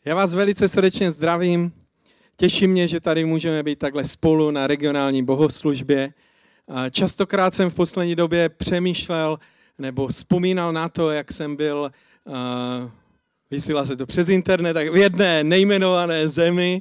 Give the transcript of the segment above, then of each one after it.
Já vás velice srdečně zdravím. Těší mě, že tady můžeme být takhle spolu na regionální bohoslužbě. Častokrát jsem v poslední době přemýšlel nebo vzpomínal na to, jak jsem byl, vysílá se to přes internet, tak v jedné nejmenované zemi,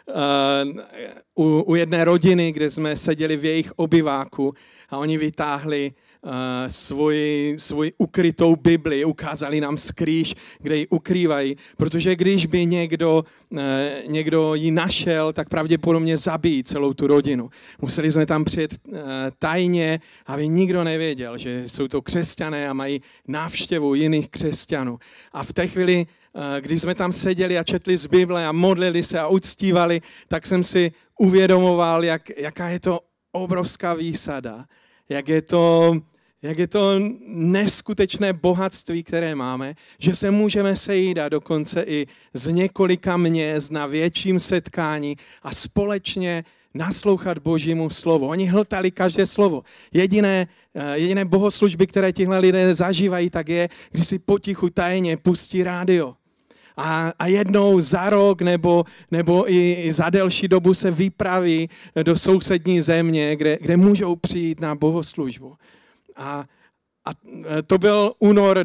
u jedné rodiny, kde jsme seděli v jejich obyváku a oni vytáhli svoji ukrytou Bibli, ukázali nám skrýž, kde ji ukrývají, protože když by někdo ji našel, tak pravděpodobně zabijí celou tu rodinu. Museli jsme tam přijet tajně, aby nikdo nevěděl, že jsou to křesťané a mají návštěvu jiných křesťanů. A v té chvíli, když jsme tam seděli a četli z Bible a modlili se a uctívali, tak jsem si uvědomoval, jaká je to obrovská výsada, jak je to neskutečné bohatství, které máme, že se můžeme sejít a dokonce i z několika měst na větším setkání a společně naslouchat Božímu slovu. Oni hltali každé slovo. Jediné bohoslužby, které tihle lidé zažívají, tak je, když si potichu tajně pustí rádio. A jednou za rok nebo i za delší dobu se vypraví do sousední země, kde můžou přijít na bohoslužbu. A to byl únor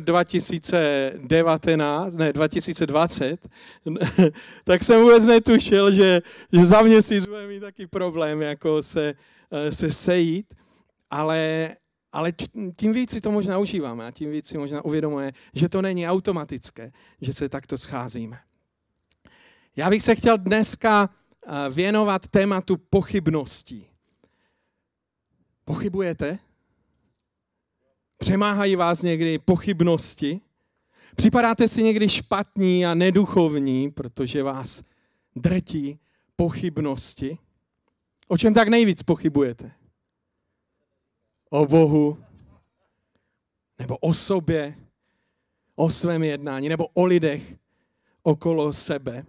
2020, tak jsem vůbec netušil, že za měsíc bude mít taky problém jako se sejít, ale tím víc si to možná užíváme a tím víc si možná uvědomuje, že to není automatické, že se takto scházíme. Já bych se chtěl dneska věnovat tématu pochybností. Pochybujete? Přemáhají vás někdy pochybnosti? Připadáte si někdy špatní a neduchovní, protože vás drtí pochybnosti? O čem tak nejvíc pochybujete? O Bohu? Nebo o sobě? O svém jednání? Nebo o lidech okolo sebe?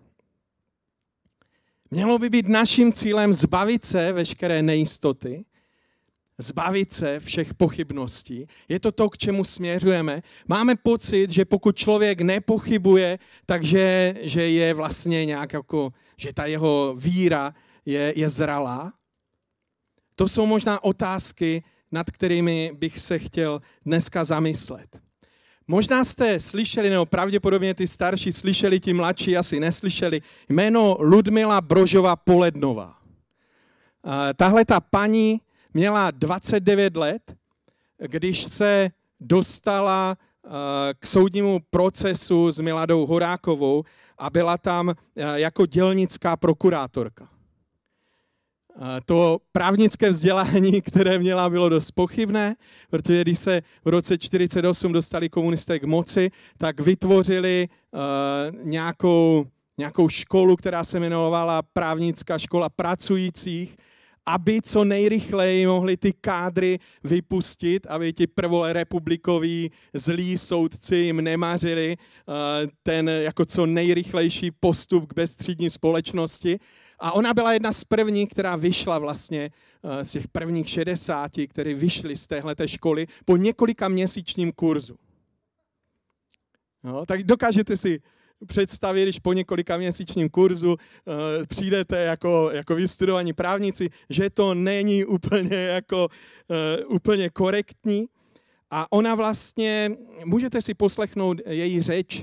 Mělo by být naším cílem zbavit se veškeré nejistoty, zbavit se všech pochybností. Je to to, k čemu směřujeme. Máme pocit, že pokud člověk nepochybuje, takže že je vlastně nějak jako, že ta jeho víra je zralá. To jsou možná otázky, nad kterými bych se chtěl dneska zamyslet. Možná jste slyšeli, nebo pravděpodobně ty starší slyšeli, ti mladší asi neslyšeli, jméno Ludmila Brožová Polednová. Tahle ta paní měla 29 let, když se dostala k soudnímu procesu s Miladou Horákovou a byla tam jako dělnická prokurátorka. To právnické vzdělání, které měla, bylo dost pochybné, protože když se v roce 1948 dostali komunisté k moci, tak vytvořili nějakou školu, která se jmenovala Právnická škola pracujících, aby co nejrychleji mohli ty kádry vypustit, aby ti prvorepublikoví zlí soudci jim nemařili ten jako co nejrychlejší postup k bezstřídní společnosti. A ona byla jedna z prvních, která vyšla vlastně z těch prvních 60, kteří vyšli z téhleté školy po několika měsíčním kurzu. No, tak dokážete si představit, když po několika měsíčním kurzu přijdete jako vystudovaní právníci, že to není úplně korektní. A ona vlastně, můžete si poslechnout její řeč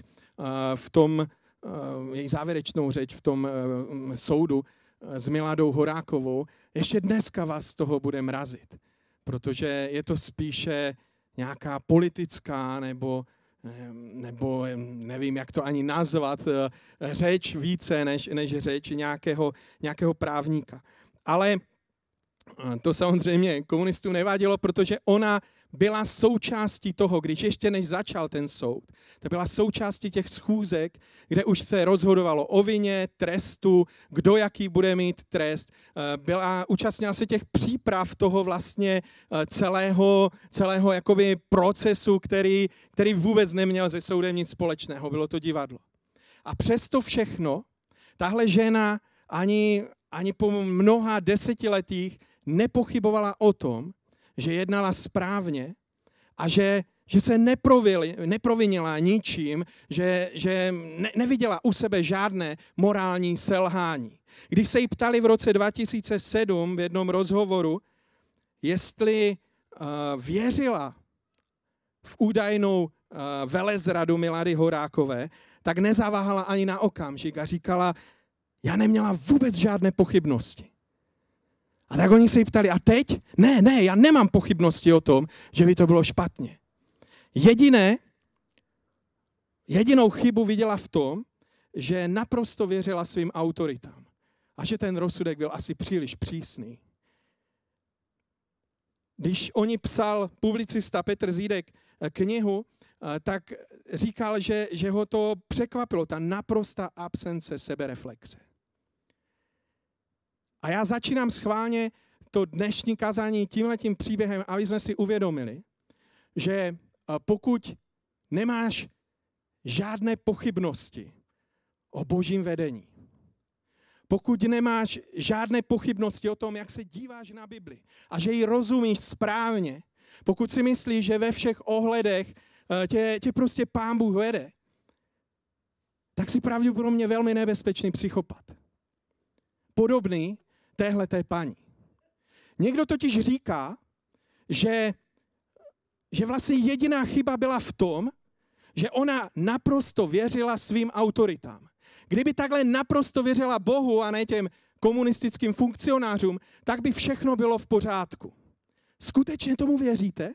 její závěrečnou řeč v tom soudu s Miladou Horákovou. Ještě dneska vás z toho bude mrazit, protože je to spíše nějaká politická nebo nevím, jak to ani nazvat, řeč více než řeč nějakého právníka. Ale to samozřejmě komunistům nevadilo, protože ona byla součástí toho, když ještě než začal ten soud, to byla součástí těch schůzek, kde už se rozhodovalo o vině, trestu, kdo jaký bude mít trest. Účastnila se těch příprav toho vlastně celého jakoby procesu, který vůbec neměl se soudem nic společného, bylo to divadlo. A přesto všechno, tahle žena ani po mnoha desetiletích nepochybovala o tom, že jednala správně a že že se neprovinila ničím, že neviděla u sebe žádné morální selhání. Když se jí ptali v roce 2007 v jednom rozhovoru, jestli věřila v údajnou velezradu Milady Horákové, tak nezaváhala ani na okamžik a říkala, já neměla vůbec žádné pochybnosti. A tak oni se jí ptali, a teď? Ne, já nemám pochybnosti o tom, že by to bylo špatně. Jedinou chybu viděla v tom, že naprosto věřila svým autoritám a že ten rozsudek byl asi příliš přísný. Když o ní psal publicista Petr Zídek knihu, tak říkal, že ho to překvapilo, ta naprostá absence sebereflexe. A já začínám schválně to dnešní kázání tímhletím příběhem, aby jsme si uvědomili, že pokud nemáš žádné pochybnosti o božím vedení, pokud nemáš žádné pochybnosti o tom, jak se díváš na Bibli a že ji rozumíš správně, pokud si myslíš, že ve všech ohledech tě prostě Pán Bůh vede, tak si pravděpodobně velmi nebezpečný psychopat. Podobný téhleté paní. Někdo totiž říká, že vlastně jediná chyba byla v tom, že ona naprosto věřila svým autoritám. Kdyby takhle naprosto věřila Bohu a ne těm komunistickým funkcionářům, tak by všechno bylo v pořádku. Skutečně tomu věříte?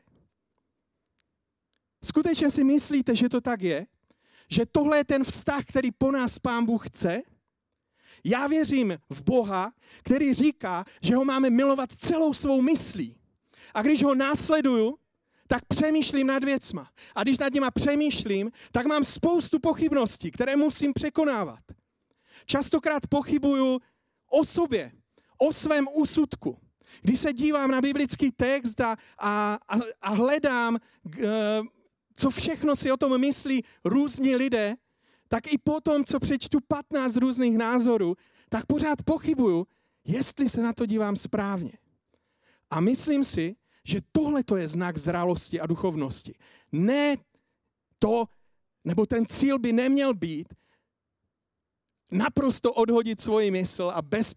Skutečně si myslíte, že to tak je? Že tohle je ten vztah, který po nás Pán Bůh chce? Já věřím v Boha, který říká, že ho máme milovat celou svou myslí. A když ho následuju, tak přemýšlím nad věcma. A když nad nima přemýšlím, tak mám spoustu pochybností, které musím překonávat. Častokrát pochybuju o sobě, o svém úsudku. Když se dívám na biblický text a hledám, co všechno si o tom myslí různí lidé, tak i potom, co přečtu 15 různých názorů, tak pořád pochybuju, jestli se na to dívám správně. A myslím si, že tohle to je znak zralosti a duchovnosti. Ne to, nebo ten cíl by neměl být naprosto odhodit svoji mysl a bez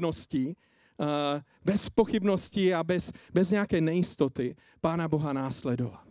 pochybností a bez nějaké nejistoty Pána Boha následovat.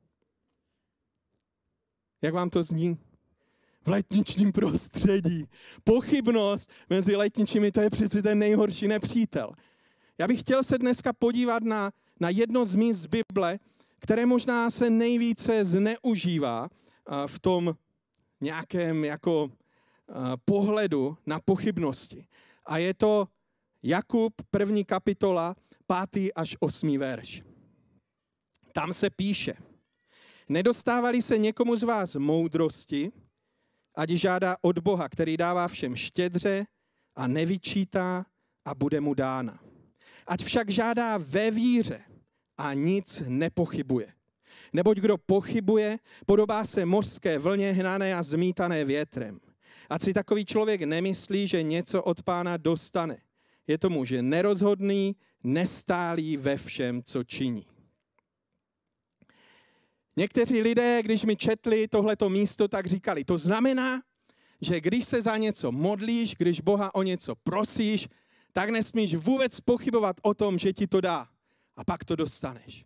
Jak vám to zní? V letničním prostředí. Pochybnost mezi letničími, to je přeci ten nejhorší nepřítel. Já bych chtěl se dneska podívat na jedno z míst z Bible, které možná se nejvíce zneužívá v tom nějakém jako pohledu na pochybnosti. A je to Jakub, 1. kapitola, 5. až 8. verš. Tam se píše: Nedostávali se někomu z vás moudrosti, ať žádá od Boha, který dává všem štědře a nevyčítá a bude mu dána. Ať však žádá ve víře a nic nepochybuje. Neboť kdo pochybuje, podobá se mořské vlně hnané a zmítané větrem. Ať si takový člověk nemyslí, že něco od Pána dostane. Je to muž nerozhodný, nestálý ve všem, co činí. Někteří lidé, když mi četli tohleto místo, tak říkali, to znamená, že když se za něco modlíš, když Boha o něco prosíš, tak nesmíš vůbec pochybovat o tom, že ti to dá. A pak to dostaneš.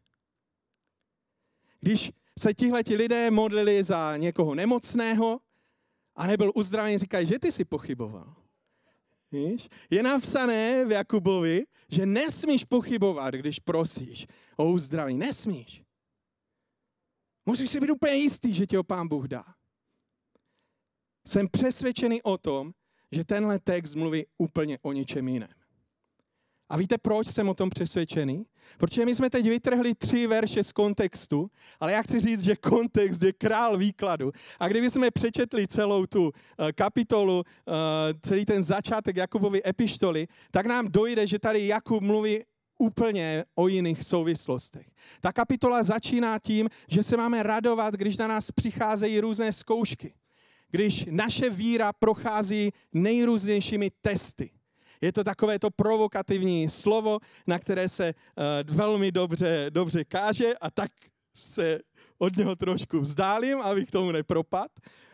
Když se tihleti lidé modlili za někoho nemocného a nebyl uzdraven, říkají, že ty si pochyboval. Víš? Je napsané v Jakubovi, že nesmíš pochybovat, když prosíš o uzdravení. Nesmíš. Musíš si být úplně jistý, že ti ho Pán Bůh dá. Jsem přesvědčený o tom, že tenhle text mluví úplně o něčem jiném. A víte, proč jsem o tom přesvědčený? Protože my jsme teď vytrhli 3 verše z kontextu, ale já chci říct, že kontext je král výkladu. A kdyby jsme přečetli celou tu kapitolu, celý ten začátek Jakubovy epištoly, tak nám dojde, že tady Jakub mluví úplně o jiných souvislostech. Ta kapitola začíná tím, že se máme radovat, když na nás přicházejí různé zkoušky. Když naše víra prochází nejrůznějšími testy. Je to takové to provokativní slovo, na které se velmi dobře káže a tak se od něho trošku vzdálím, abych k tomu nepropadl.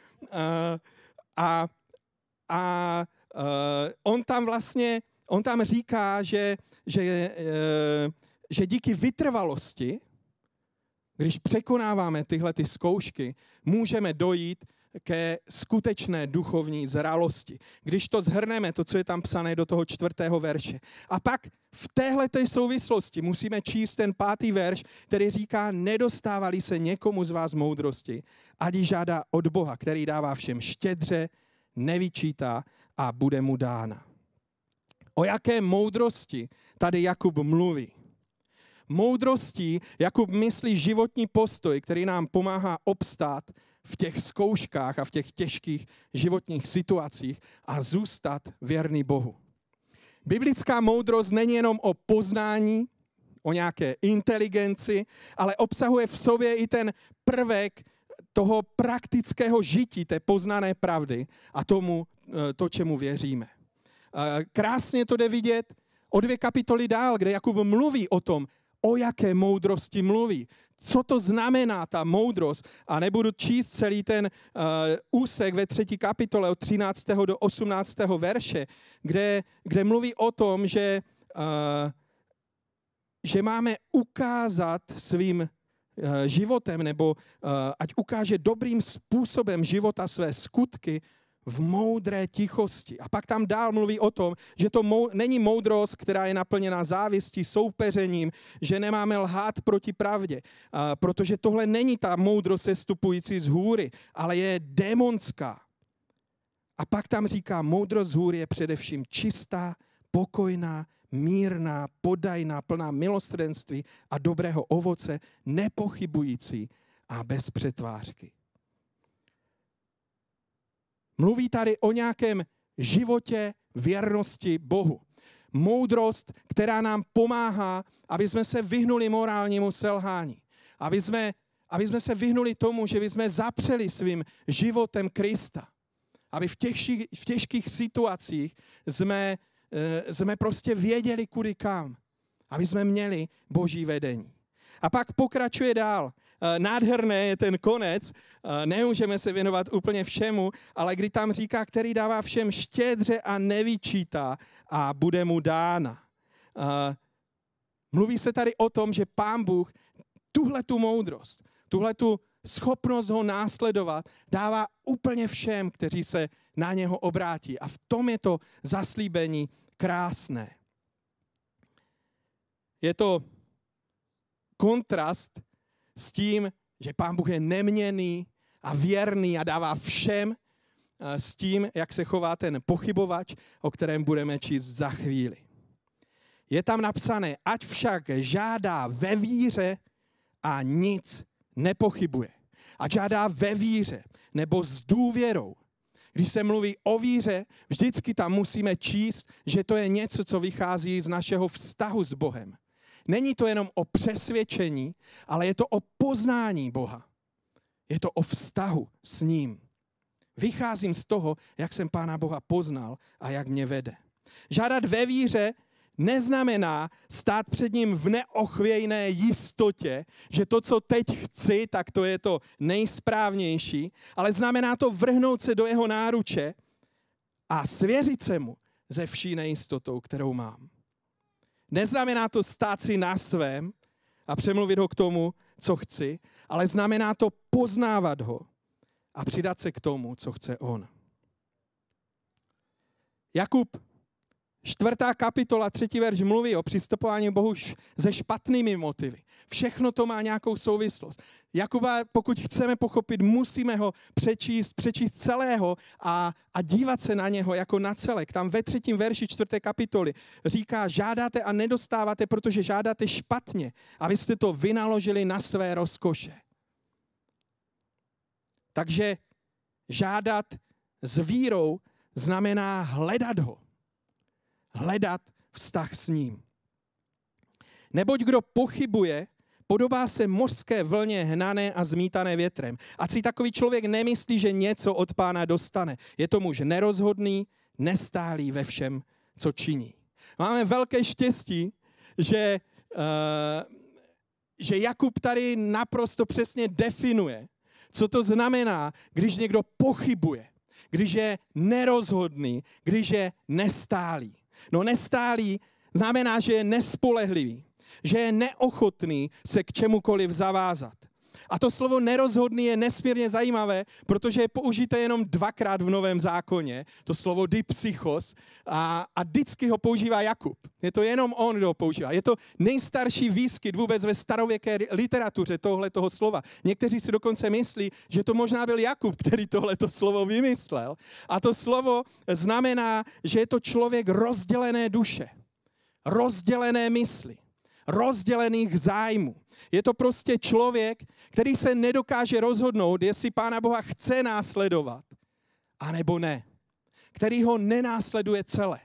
On tam říká, že díky vytrvalosti, když překonáváme tyhle ty zkoušky, můžeme dojít ke skutečné duchovní zralosti. Když to shrneme, to, co je tam psané do toho 4. verše. A pak v téhleté souvislosti musíme číst ten 5. verš, který říká, nedostávali se někomu z vás moudrosti, ať ji žádá od Boha, který dává všem štědře, nevyčítá a bude mu dána. O jaké moudrosti tady Jakub mluví? Moudrostí Jakub myslí životní postoj, který nám pomáhá obstát v těch zkouškách a v těch těžkých životních situacích a zůstat věrný Bohu. Biblická moudrost není jenom o poznání, o nějaké inteligenci, ale obsahuje v sobě i ten prvek toho praktického žití, té poznané pravdy a to, čemu věříme. Krásně to jde vidět o 2 kapitoly dál, kde Jakub mluví o tom, o jaké moudrosti mluví. Co to znamená ta moudrost? A nebudu číst celý ten úsek ve 3. kapitole od 13. do 18. verše, kde mluví o tom, že máme ukázat svým životem, nebo ať ukáže dobrým způsobem života své skutky v moudré tichosti. A pak tam dál mluví o tom, že to není moudrost, která je naplněna závistí, soupeřením, že nemáme lhát proti pravdě, protože tohle není ta moudrost sestupující z hůry, ale je démonská. A pak tam říká, moudrost z hůry je především čistá, pokojná, mírná, podajná, plná milosrdenství a dobrého ovoce, nepochybující a bez přetvářky. Mluví tady o nějakém životě věrnosti Bohu. Moudrost, která nám pomáhá, aby jsme se vyhnuli morálnímu selhání. Aby jsme se vyhnuli tomu, že bychom zapřeli svým životem Krista. Aby v těžkých situacích jsme prostě věděli, kudy kam. Aby jsme měli Boží vedení. A pak pokračuje dál. Nádherné je ten konec, nemůžeme se věnovat úplně všemu, ale kdy tam říká, který dává všem štědře a nevyčítá a bude mu dána. Mluví se tady o tom, že Pán Bůh tuhletu moudrost, tuhletu schopnost ho následovat dává úplně všem, kteří se na něho obrátí. A v tom je to zaslíbení krásné. Je to kontrast s tím, že Pán Bůh je neměnný a věrný a dává všem, s tím, jak se chová ten pochybovač, o kterém budeme číst za chvíli. Je tam napsané, ať však žádá ve víře a nic nepochybuje. Ať žádá ve víře nebo s důvěrou. Když se mluví o víře, vždycky tam musíme číst, že to je něco, co vychází z našeho vztahu s Bohem. Není to jenom o přesvědčení, ale je to o poznání Boha. Je to o vztahu s ním. Vycházím z toho, jak jsem Pána Boha poznal a jak mě vede. Žádat ve víře neznamená stát před ním v neochvějné jistotě, že to, co teď chci, tak to je to nejsprávnější, ale znamená to vrhnout se do jeho náruče a svěřit se mu ze vší nejistotou, kterou mám. Neznamená to stát si na svém a přemluvit ho k tomu, co chci, ale znamená to poznávat ho a přidat se k tomu, co chce on. Jakub 4. kapitola, 3. verš mluví o přistupování Bohu se špatnými motivy. Všechno to má nějakou souvislost. Jakuba, pokud chceme pochopit, musíme ho přečíst celého a dívat se na něho jako na celek. Tam ve 3. verši 4. kapitoly říká, žádáte a nedostáváte, protože žádáte špatně, abyste to vynaložili na své rozkoše. Takže žádat s vírou znamená hledat ho. Hledat vztah s ním. Neboť kdo pochybuje, podobá se mořské vlně hnané a zmítané větrem. Ať si takový člověk nemyslí, že něco od Pána dostane. Je to muž nerozhodný, nestálý ve všem, co činí. Máme velké štěstí, že že Jakub tady naprosto přesně definuje, co to znamená, když někdo pochybuje, když je nerozhodný, když je nestálý. No nestálý znamená, že je nespolehlivý, že je neochotný se k čemukoliv zavázat. A to slovo nerozhodný je nesmírně zajímavé, protože je použité jenom 2krát v Novém zákoně, to slovo dipsychos, a vždycky ho používá Jakub. Je to jenom on, kdo ho používá. Je to nejstarší výskyt vůbec ve starověké literatuře tohletoho slova. Někteří si dokonce myslí, že to možná byl Jakub, který tohleto slovo vymyslel. A to slovo znamená, že je to člověk rozdělené duše, rozdělené mysli, rozdělených zájmů. Je to prostě člověk, který se nedokáže rozhodnout, jestli Pána Boha chce následovat, anebo ne. Který ho nenásleduje celé.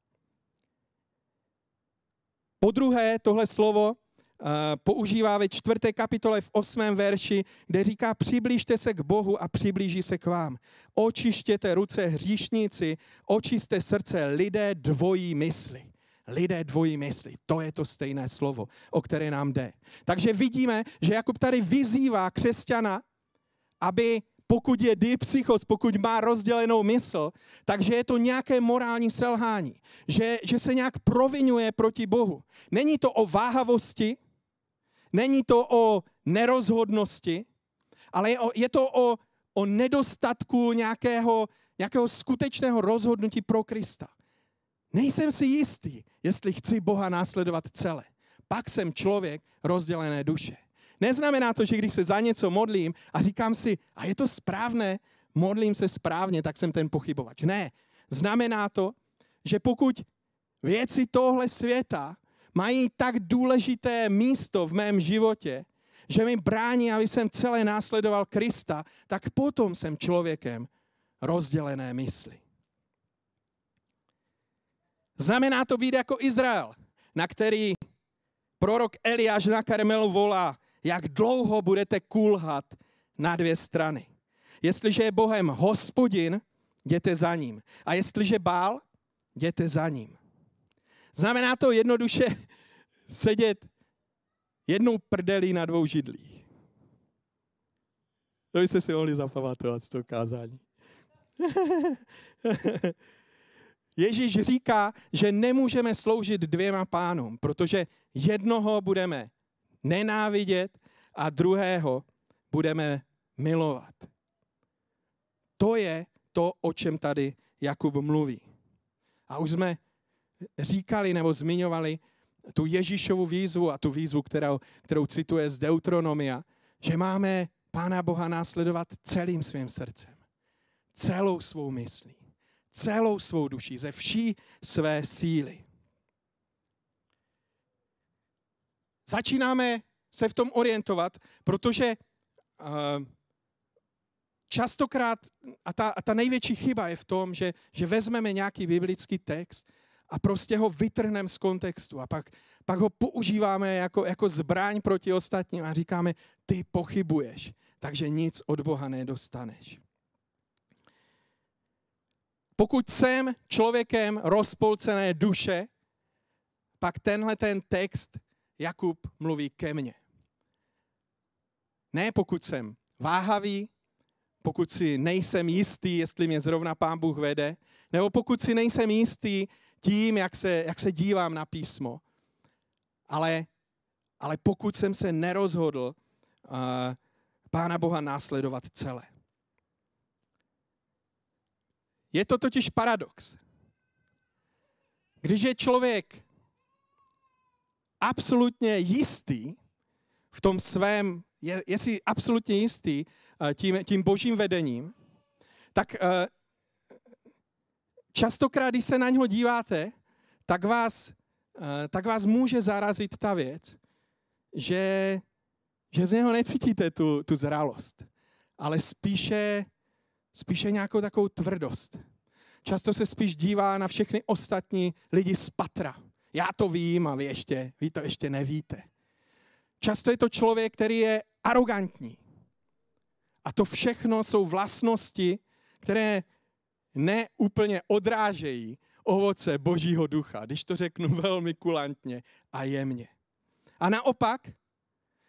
Po druhé, tohle slovo používá ve 4. kapitole v 8. verši, kde říká: přiblížte se k Bohu a přiblíží se k vám. Očištěte ruce hříšníci, očisťte srdce lidé dvojí mysli. Lidé dvojí mysli. To je to stejné slovo, o které nám jde. Takže vidíme, že Jakub tady vyzývá křesťana, aby pokud je dipsychos, pokud má rozdělenou mysl, takže je to nějaké morální selhání. Že se nějak provinuje proti Bohu. Není to o váhavosti, není to o nerozhodnosti, ale je to o nedostatku nějakého skutečného rozhodnutí pro Krista. Nejsem si jistý, jestli chci Boha následovat celé. Pak jsem člověk rozdělené duše. Neznamená to, že když se za něco modlím a říkám si, a je to správné, modlím se správně, tak jsem ten pochybovač. Ne, znamená to, že pokud věci tohle světa mají tak důležité místo v mém životě, že mi brání, aby jsem celé následoval Krista, tak potom jsem člověkem rozdělené mysli. Znamená to být jako Izrael, na který prorok Eliáš na Karmelu volá: jak dlouho budete kulhat na dvě strany. Jestliže je Bohem Hospodin, jděte za ním. A jestliže Bál, jděte za ním. Znamená to jednoduše sedět jednou prdelí na dvou židlích. To byste si mohli zapamatovat z toho kázání. Ježíš říká, že nemůžeme sloužit dvěma pánům, protože jednoho budeme nenávidět a druhého budeme milovat. To je to, o čem tady Jakub mluví. A už jsme říkali nebo zmiňovali tu Ježíšovu výzvu a tu výzvu, kterou cituje z Deuteronomia, že máme Pána Boha následovat celým svým srdcem, celou svou myslí, celou svou duší, ze vší své síly. Začínáme se v tom orientovat, protože častokrát, a ta největší chyba je v tom, že vezmeme nějaký biblický text a prostě ho vytrhneme z kontextu a pak ho používáme jako zbraň proti ostatním a říkáme, ty pochybuješ, takže nic od Boha nedostaneš. Pokud jsem člověkem rozpolcené duše, pak tenhle ten text Jakub mluví ke mně. Ne pokud jsem váhavý, pokud si nejsem jistý, jestli mě zrovna Pán Bůh vede, nebo pokud si nejsem jistý tím, jak se dívám na písmo. Ale pokud jsem se nerozhodl Pána Boha následovat celé. Je to totiž paradox. Když je člověk absolutně jistý v tom svém, je si absolutně jistý tím božím vedením, tak častokrát, když se na něho díváte, tak vás může zarazit ta věc, že z něho necítíte tu zralost, ale spíše nějakou takovou tvrdost. Často se spíš dívá na všechny ostatní lidi z patra. Já to vím a vy to ještě nevíte. Často je to člověk, který je arrogantní. A to všechno jsou vlastnosti, které neúplně odrážejí ovoce Božího ducha, když to řeknu velmi kulantně a jemně. A naopak,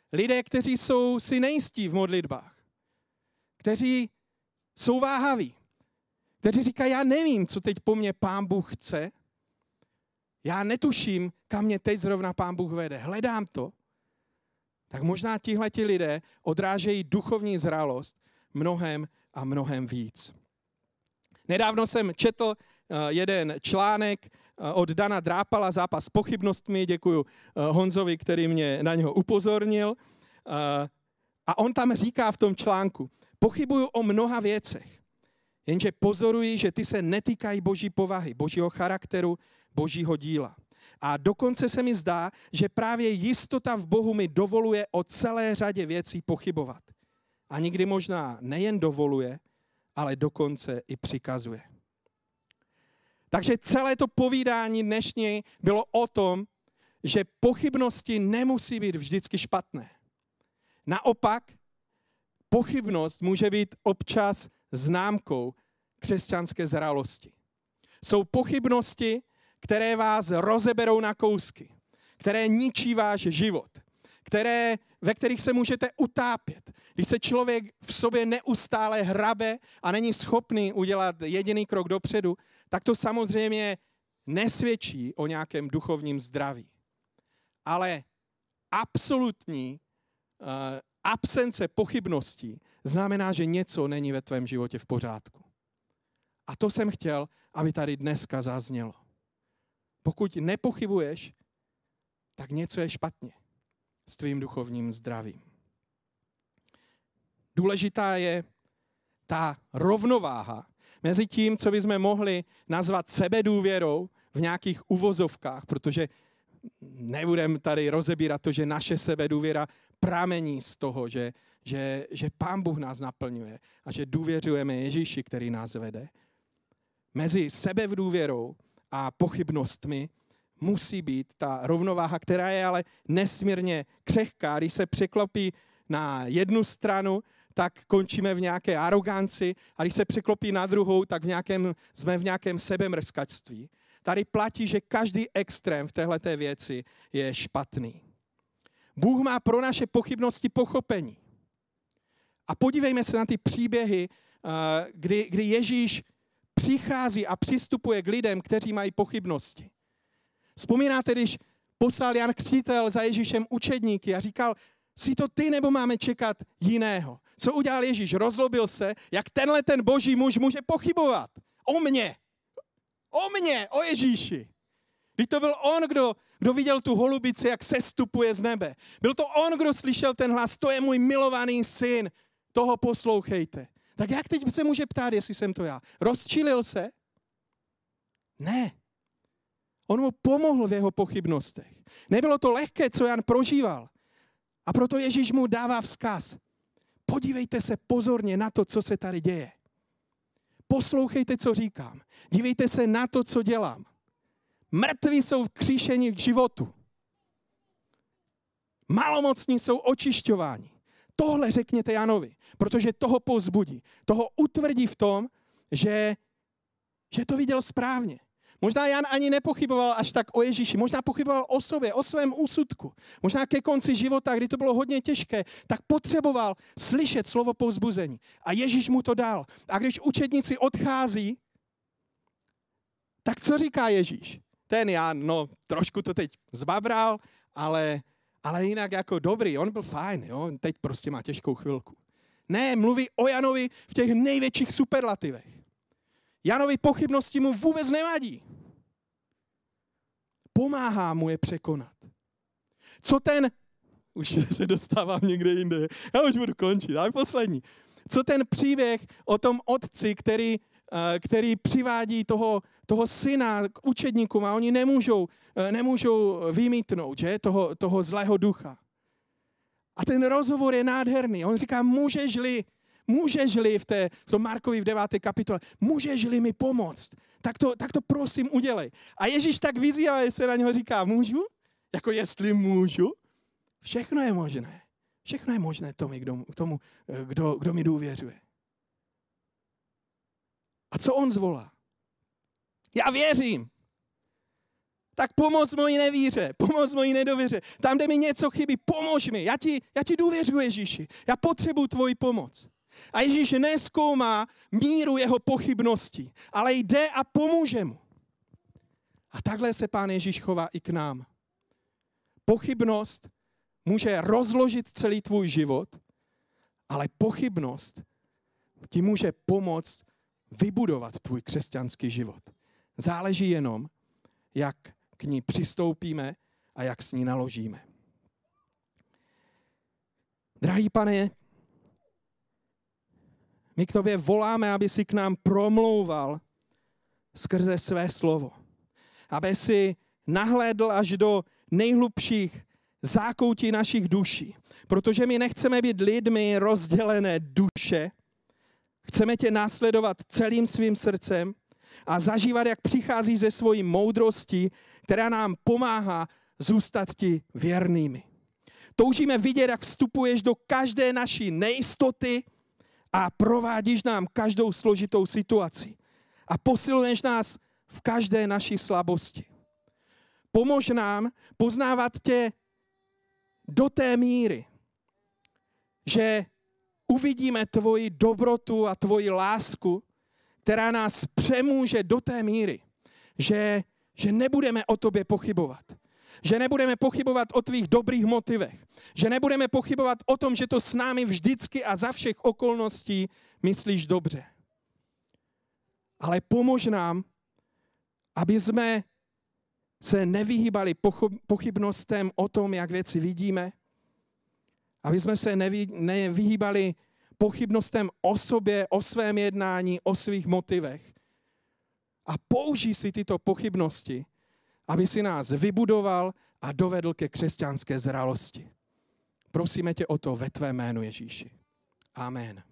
Lidé, kteří jsou si nejistí v modlitbách. Kteří jsou váhaví. Kteří říkají, já nevím, co teď po mně Pán Bůh chce. Já netuším, kam mě teď zrovna Pán Bůh vede. Hledám to. Tak možná tihleti lidé odrážejí duchovní zralost mnohem a mnohem víc. Nedávno jsem četl jeden článek od Dana Drápala, Zápas s pochybnostmi. Děkuju Honzovi, který mě na něho upozornil. A on tam říká v tom článku, pochybuju o mnoha věcech, jenže pozoruji, že ty se netýkají boží povahy, božího charakteru, božího díla. A dokonce se mi zdá, že právě jistota v Bohu mi dovoluje o celé řadě věcí pochybovat. A někdy možná nejen dovoluje, ale dokonce i přikazuje. Takže celé to povídání dnešní bylo o tom, že pochybnosti nemusí být vždycky špatné. Naopak, pochybnost může být občas známkou křesťanské zralosti. Jsou pochybnosti, které vás rozeberou na kousky, které ničí váš život, ve kterých se můžete utápět. Když se člověk v sobě neustále hrabe a není schopný udělat jediný krok dopředu, tak to samozřejmě nesvědčí o nějakém duchovním zdraví. Ale absolutní absence pochybností znamená, že něco není ve tvém životě v pořádku. A to jsem chtěl, aby tady dneska zaznělo. Pokud nepochybuješ, tak něco je špatně s tvým duchovním zdravím. Důležitá je ta rovnováha mezi tím, co bychom mohli nazvat sebedůvěrou v nějakých uvozovkách, protože nebudeme tady rozebírat to, že naše sebedůvěra pramení z toho, že Pán Bůh nás naplňuje a že důvěřujeme Ježíši, který nás vede. Mezi sebedůvěrou a pochybnostmi musí být ta rovnováha, která je ale nesmírně křehká. Když se překlopí na jednu stranu, tak končíme v nějaké aroganci, a když se překlopí na druhou, tak jsme v nějakém sebemrskačství. Tady platí, že každý extrém v téhleté věci je špatný. Bůh má pro naše pochybnosti pochopení. A podívejme se na ty příběhy, kdy Ježíš přichází a přistupuje k lidem, kteří mají pochybnosti. Vzpomínáte, když poslal Jan Křtitel za Ježíšem učedníky a říkal, jsi to ty, nebo máme čekat jiného? Co udělal Ježíš? Rozlobil se, jak tenhle ten boží muž může pochybovat. O mně, o Ježíši. Když to byl on, kdo viděl tu holubici, jak sestupuje z nebe. Byl to on, kdo slyšel ten hlas, to je můj milovaný syn, toho poslouchejte. Tak jak teď se může ptát, jestli jsem to já? Rozčilil se? Ne. On mu pomohl v jeho pochybnostech. Nebylo to lehké, co Jan prožíval. A proto Ježíš mu dává vzkaz. Podívejte se pozorně na to, co se tady děje. Poslouchejte, co říkám. Dívejte se na to, co dělám. Mrtví jsou vzkříšeni k životu. Malomocní jsou očišťováni. Tohle řekněte Janovi, protože toho povzbudí. Toho utvrdí v tom, že to viděl správně. Možná Jan ani nepochyboval až tak o Ježíši, možná pochyboval o sobě, o svém úsudku. Možná ke konci života, kdy to bylo hodně těžké, tak potřeboval slyšet slovo povzbuzení. A Ježíš mu to dal. A když učedníci odchází, tak co říká Ježíš? Ten Jan, trošku to teď zbabral, ale jinak jako dobrý, on byl fajn, jo? Teď prostě má těžkou chvilku. Ne, mluví o Janovi v těch největších superlativech. Janovi pochybnosti mu vůbec nevadí. Pomáhá mu je překonat. Už se dostávám někde jinde, já už budu končit, ale poslední. Co ten příběh o tom otci, který přivádí toho syna k učedníkům a oni nemůžou vymítnout, že? Toho zlého ducha. A ten rozhovor je nádherný. On říká, můžeš-li v tom Markovi v 9. kapitole, můžeš-li mi pomoct, tak to prosím udělej. A Ježíš tak vyzývá, se na něho říká, můžu? Jako jestli můžu? Všechno je možné. Všechno je možné tomu, kdo mi důvěřuje. A co on zvolá? Já věřím. tak pomoz mojí nevíře, pomoz mojí nedověře. Tam, kde mi něco chybí, pomož mi. Já ti důvěřuji, Ježíši. Já potřebuji tvoji pomoc. A Ježíš nezkoumá míru jeho pochybností, ale jde a pomůže mu. A takhle se Pán Ježíš chová i k nám. Pochybnost může rozložit celý tvůj život, ale pochybnost ti může pomoct vybudovat tvůj křesťanský život. Záleží jenom, jak k ní přistoupíme a jak s ní naložíme. Drahý Pane, my k tobě voláme, aby si k nám promlouval skrze své slovo. Aby si nahlédl až do nejhlubších zákoutí našich duší. Protože my nechceme být lidmi rozdělené duše. Chceme tě následovat celým svým srdcem a zažívat, jak přichází ze svojí moudrostí, která nám pomáhá zůstat ti věrnými. Toužíme vidět, jak vstupuješ do každé naší nejistoty a provádíš nám každou složitou situaci. A posiluješ nás v každé naší slabosti. Pomož nám poznávat tě do té míry, že uvidíme tvoji dobrotu a tvoji lásku, která nás přemůže do té míry, že nebudeme o tobě pochybovat. Že nebudeme pochybovat o tvých dobrých motivech. Že nebudeme pochybovat o tom, že to s námi vždycky a za všech okolností myslíš dobře. Ale pomož nám, aby jsme se nevyhýbali pochybnostem o tom, jak věci vidíme, aby jsme se nevyhýbali pochybnostem o sobě, o svém jednání, o svých motivech. A použij si tyto pochybnosti, aby si nás vybudoval a dovedl ke křesťanské zralosti. Prosíme tě o to ve tvém jménu, Ježíši. Amen.